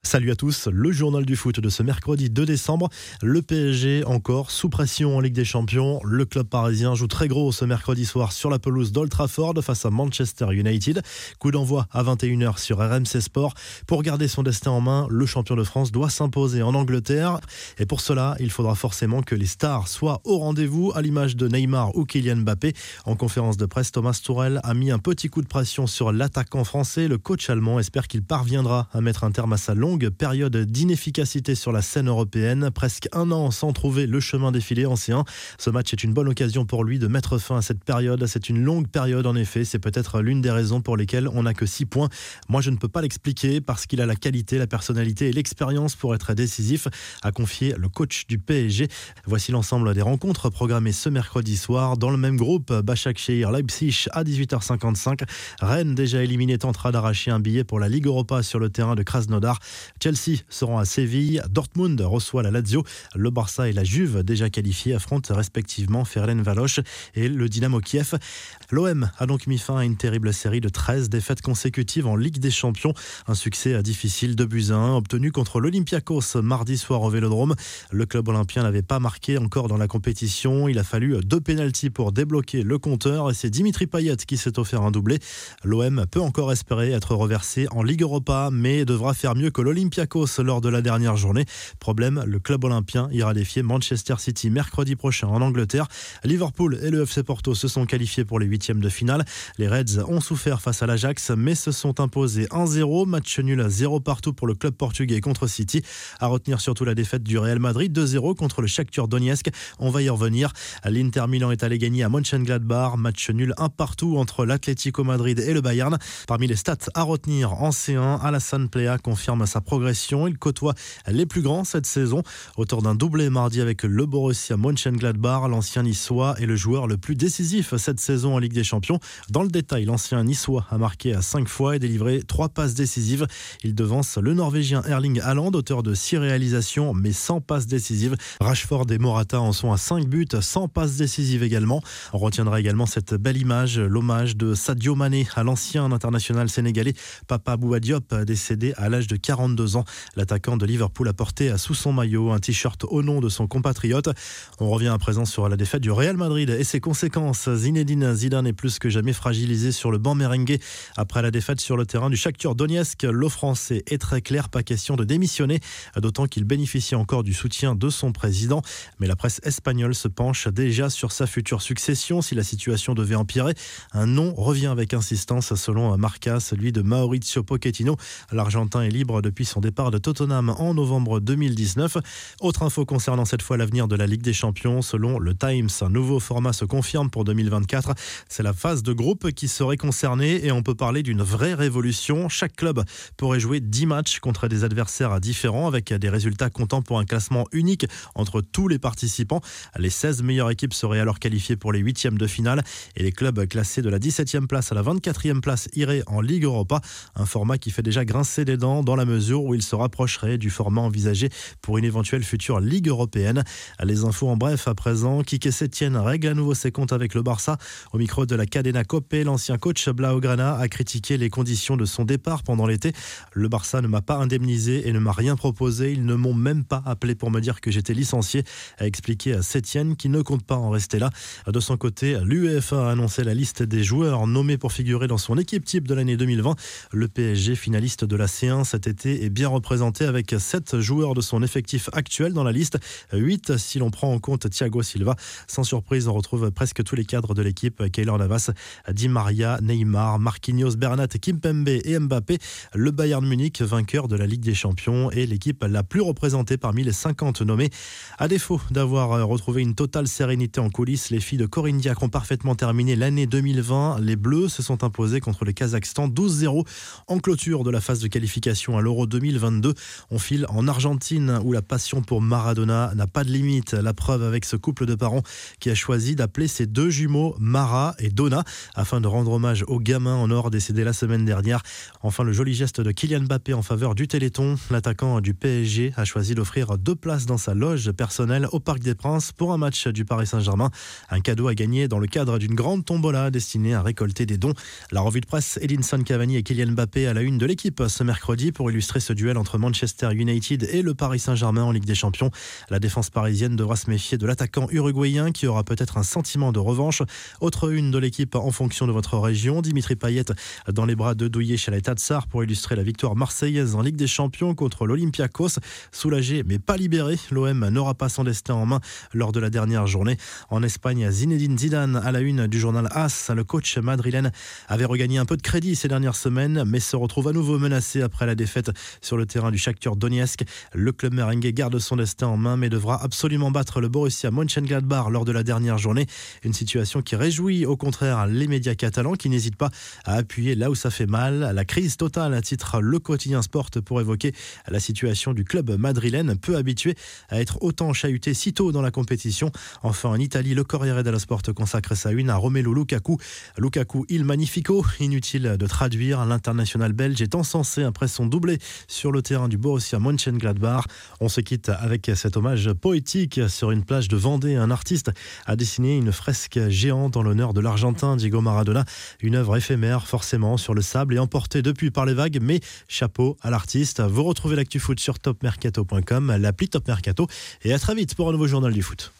Salut à tous, le journal du foot de ce mercredi 2 décembre. Le PSG encore sous pression en Ligue des Champions. Le club parisien joue très gros ce mercredi soir sur la pelouse d'Old Trafford face à Manchester United. Coup d'envoi à 21h sur RMC Sport. Pour garder son destin en main, le champion de France doit s'imposer en Angleterre. Et pour cela, il faudra forcément que les stars soient au rendez-vous, à l'image de Neymar ou Kylian Mbappé. En conférence de presse, Thomas Tuchel a mis un petit coup de pression sur l'attaquant français. Le coach allemand espère qu'il parviendra à mettre un terme à sa longue période d'inefficacité sur la scène européenne, presque un an sans trouver le chemin défilé en C1. Ce match est une bonne occasion pour lui de mettre fin à cette période. C'est une longue période en effet, c'est peut-être l'une des raisons pour lesquelles on n'a que 6 points. Moi je ne peux pas l'expliquer parce qu'il a la qualité, la personnalité et l'expérience pour être décisif, a confié le coach du PSG. Voici l'ensemble des rencontres programmées ce mercredi soir. Dans le même groupe, Başakşehir Leipzig à 18h55. Rennes, déjà éliminé, tentera d'arracher un billet pour la Ligue Europa sur le terrain de Krasnodar. Chelsea seront à Séville, Dortmund reçoit la Lazio, le Barça et la Juve déjà qualifiés affrontent respectivement Ferencváros et le Dynamo Kiev. L'OM a donc mis fin à une terrible série de 13 défaites consécutives en Ligue des Champions. Un succès difficile, 2-1 obtenu contre l'Olympiakos mardi soir au Vélodrome. Le club olympien n'avait pas marqué encore dans la compétition. Il a fallu 2 pénaltys pour débloquer le compteur et c'est Dimitri Payet qui s'est offert un doublé. L'OM peut encore espérer être reversé en Ligue Europa mais devra faire mieux que l'Olympiakos lors de la dernière journée. Problème, le club olympien ira défier Manchester City mercredi prochain en Angleterre. Liverpool et le FC Porto se sont qualifiés pour les 8e de finale. Les Reds ont souffert face à l'Ajax mais se sont imposés 1-0. Match nul 0 partout pour le club portugais contre City. À retenir surtout la défaite du Real Madrid 2-0 contre le Shakhtar Donetsk. On va y revenir. L'Inter Milan est allé gagner à Mönchengladbach. Match nul 1 partout entre l'Atlético Madrid et le Bayern. Parmi les stats à retenir en C1, Alassane Plea confirme sa progression. Il côtoie les plus grands cette saison. Auteur d'un doublé mardi avec le Borussia Mönchengladbach, l'ancien niçois est le joueur le plus décisif cette saison en Ligue des Champions. Dans le détail, l'ancien niçois a marqué à 5 fois et délivré 3 passes décisives. Il devance le Norvégien Erling Haaland, auteur de 6 réalisations mais sans passes décisives. Rashford et Morata en sont à 5 buts, sans passes décisives également. On retiendra également cette belle image, l'hommage de Sadio Mané à l'ancien international sénégalais Papa Bouba Diop, décédé à l'âge de 42 ans. L'attaquant de Liverpool a porté sous son maillot un t-shirt au nom de son compatriote. On revient à présent sur la défaite du Real Madrid et ses conséquences. Zinedine Zidane est plus que jamais fragilisé sur le banc merengue. Après la défaite sur le terrain du Shakhtar Donetsk, le Français est très clair, pas question de démissionner, d'autant qu'il bénéficie encore du soutien de son président. Mais la presse espagnole se penche déjà sur sa future succession si la situation devait empirer. Un nom revient avec insistance selon Marca, celui de Mauricio Pochettino. L'Argentin est libre depuis son départ de Tottenham en novembre 2019. Autre info concernant cette fois l'avenir de la Ligue des Champions. Selon le Times, un nouveau format se confirme pour 2024. C'est la phase de groupe qui serait concernée et on peut parler d'une vraie révolution. Chaque club pourrait jouer 10 matchs contre des adversaires différents avec des résultats comptant pour un classement unique entre tous les participants. Les 16 meilleures équipes seraient alors qualifiées pour les 8e de finale et les clubs classés de la 17e place à la 24e place iraient en Ligue Europa. Un format qui fait déjà grincer des dents dans la mesure où il se rapprocherait du format envisagé pour une éventuelle future Ligue européenne. Les infos en bref à présent. Quique Setien règle à nouveau ses comptes avec le Barça. Au micro de la Cadena Cope, l'ancien coach Blaugrana a critiqué les conditions de son départ pendant l'été. Le Barça ne m'a pas indemnisé et ne m'a rien proposé. Ils ne m'ont même pas appelé pour me dire que j'étais licencié, a expliqué Setien qui ne compte pas en rester là. De son côté, l'UEFA a annoncé la liste des joueurs nommés pour figurer dans son équipe type de l'année 2020. Le PSG, finaliste de la C1 cet été, est bien représenté avec 7 joueurs de son effectif actuel dans la liste, 8 si l'on prend en compte Thiago Silva. Sans surprise, on retrouve presque tous les cadres de l'équipe, Keylor Navas, Di Maria, Neymar, Marquinhos, Bernat, Kimpembe et Mbappé. Le Bayern Munich, vainqueur de la Ligue des Champions, est l'équipe la plus représentée parmi les 50 nommés. À défaut d'avoir retrouvé une totale sérénité en coulisses, les filles de Corinne Diacre ont parfaitement terminé l'année 2020. Les Bleus se sont imposés contre le Kazakhstan 12-0 en clôture de la phase de qualification à l'Euro 2022. On file en Argentine où la passion pour Maradona n'a pas de limite. La preuve avec ce couple de parents qui a choisi d'appeler ses 2 jumeaux Mara et Donna afin de rendre hommage au gamin en or décédé la semaine dernière. Enfin, le joli geste de Kylian Mbappé en faveur du Téléthon. L'attaquant du PSG a choisi d'offrir 2 places dans sa loge personnelle au Parc des Princes pour un match du Paris Saint-Germain. Un cadeau à gagner dans le cadre d'une grande tombola destinée à récolter des dons. La revue de presse, Edinson Cavani et Kylian Mbappé à la une de l'équipe ce mercredi pour illustrer arbitrer ce duel entre Manchester United et le Paris Saint-Germain en Ligue des Champions. La défense parisienne devra se méfier de l'attaquant uruguayen qui aura peut-être un sentiment de revanche. Autre une de l'équipe en fonction de votre région, Dimitri Payet dans les bras de Douillet chez les Tatsar pour illustrer la victoire marseillaise en Ligue des Champions contre l'Olympiakos. Soulagé mais pas libéré, l'OM n'aura pas son destin en main lors de la dernière journée. En Espagne, Zinedine Zidane à la une du journal AS. Le coach madrilène avait regagné un peu de crédit ces dernières semaines, mais se retrouve à nouveau menacé après la défaite sur le terrain du Shakhtar Donetsk. Le club merengue garde son destin en main, mais devra absolument battre le Borussia Mönchengladbach lors de la dernière journée. Une situation qui réjouit au contraire les médias catalans qui n'hésitent pas à appuyer là où ça fait mal. La crise totale, titre le quotidien Sport pour évoquer la situation du club madrilène, peu habitué à être autant chahuté si tôt dans la compétition. Enfin, en Italie, le Corriere dello Sport consacre sa une à Romelu Lukaku. Lukaku, il magnifico. Inutile de traduire, l'international belge est encensé après son doublé sur le terrain du Borussia Mönchengladbach. On se quitte avec cet hommage poétique sur une plage de Vendée. Un artiste a dessiné une fresque géante en l'honneur de l'Argentin Diego Maradona. Une œuvre éphémère, forcément, sur le sable et emportée depuis par les vagues. Mais chapeau à l'artiste. Vous retrouvez l'actu foot sur topmercato.com, l'appli Top Mercato. Et à très vite pour un nouveau journal du foot.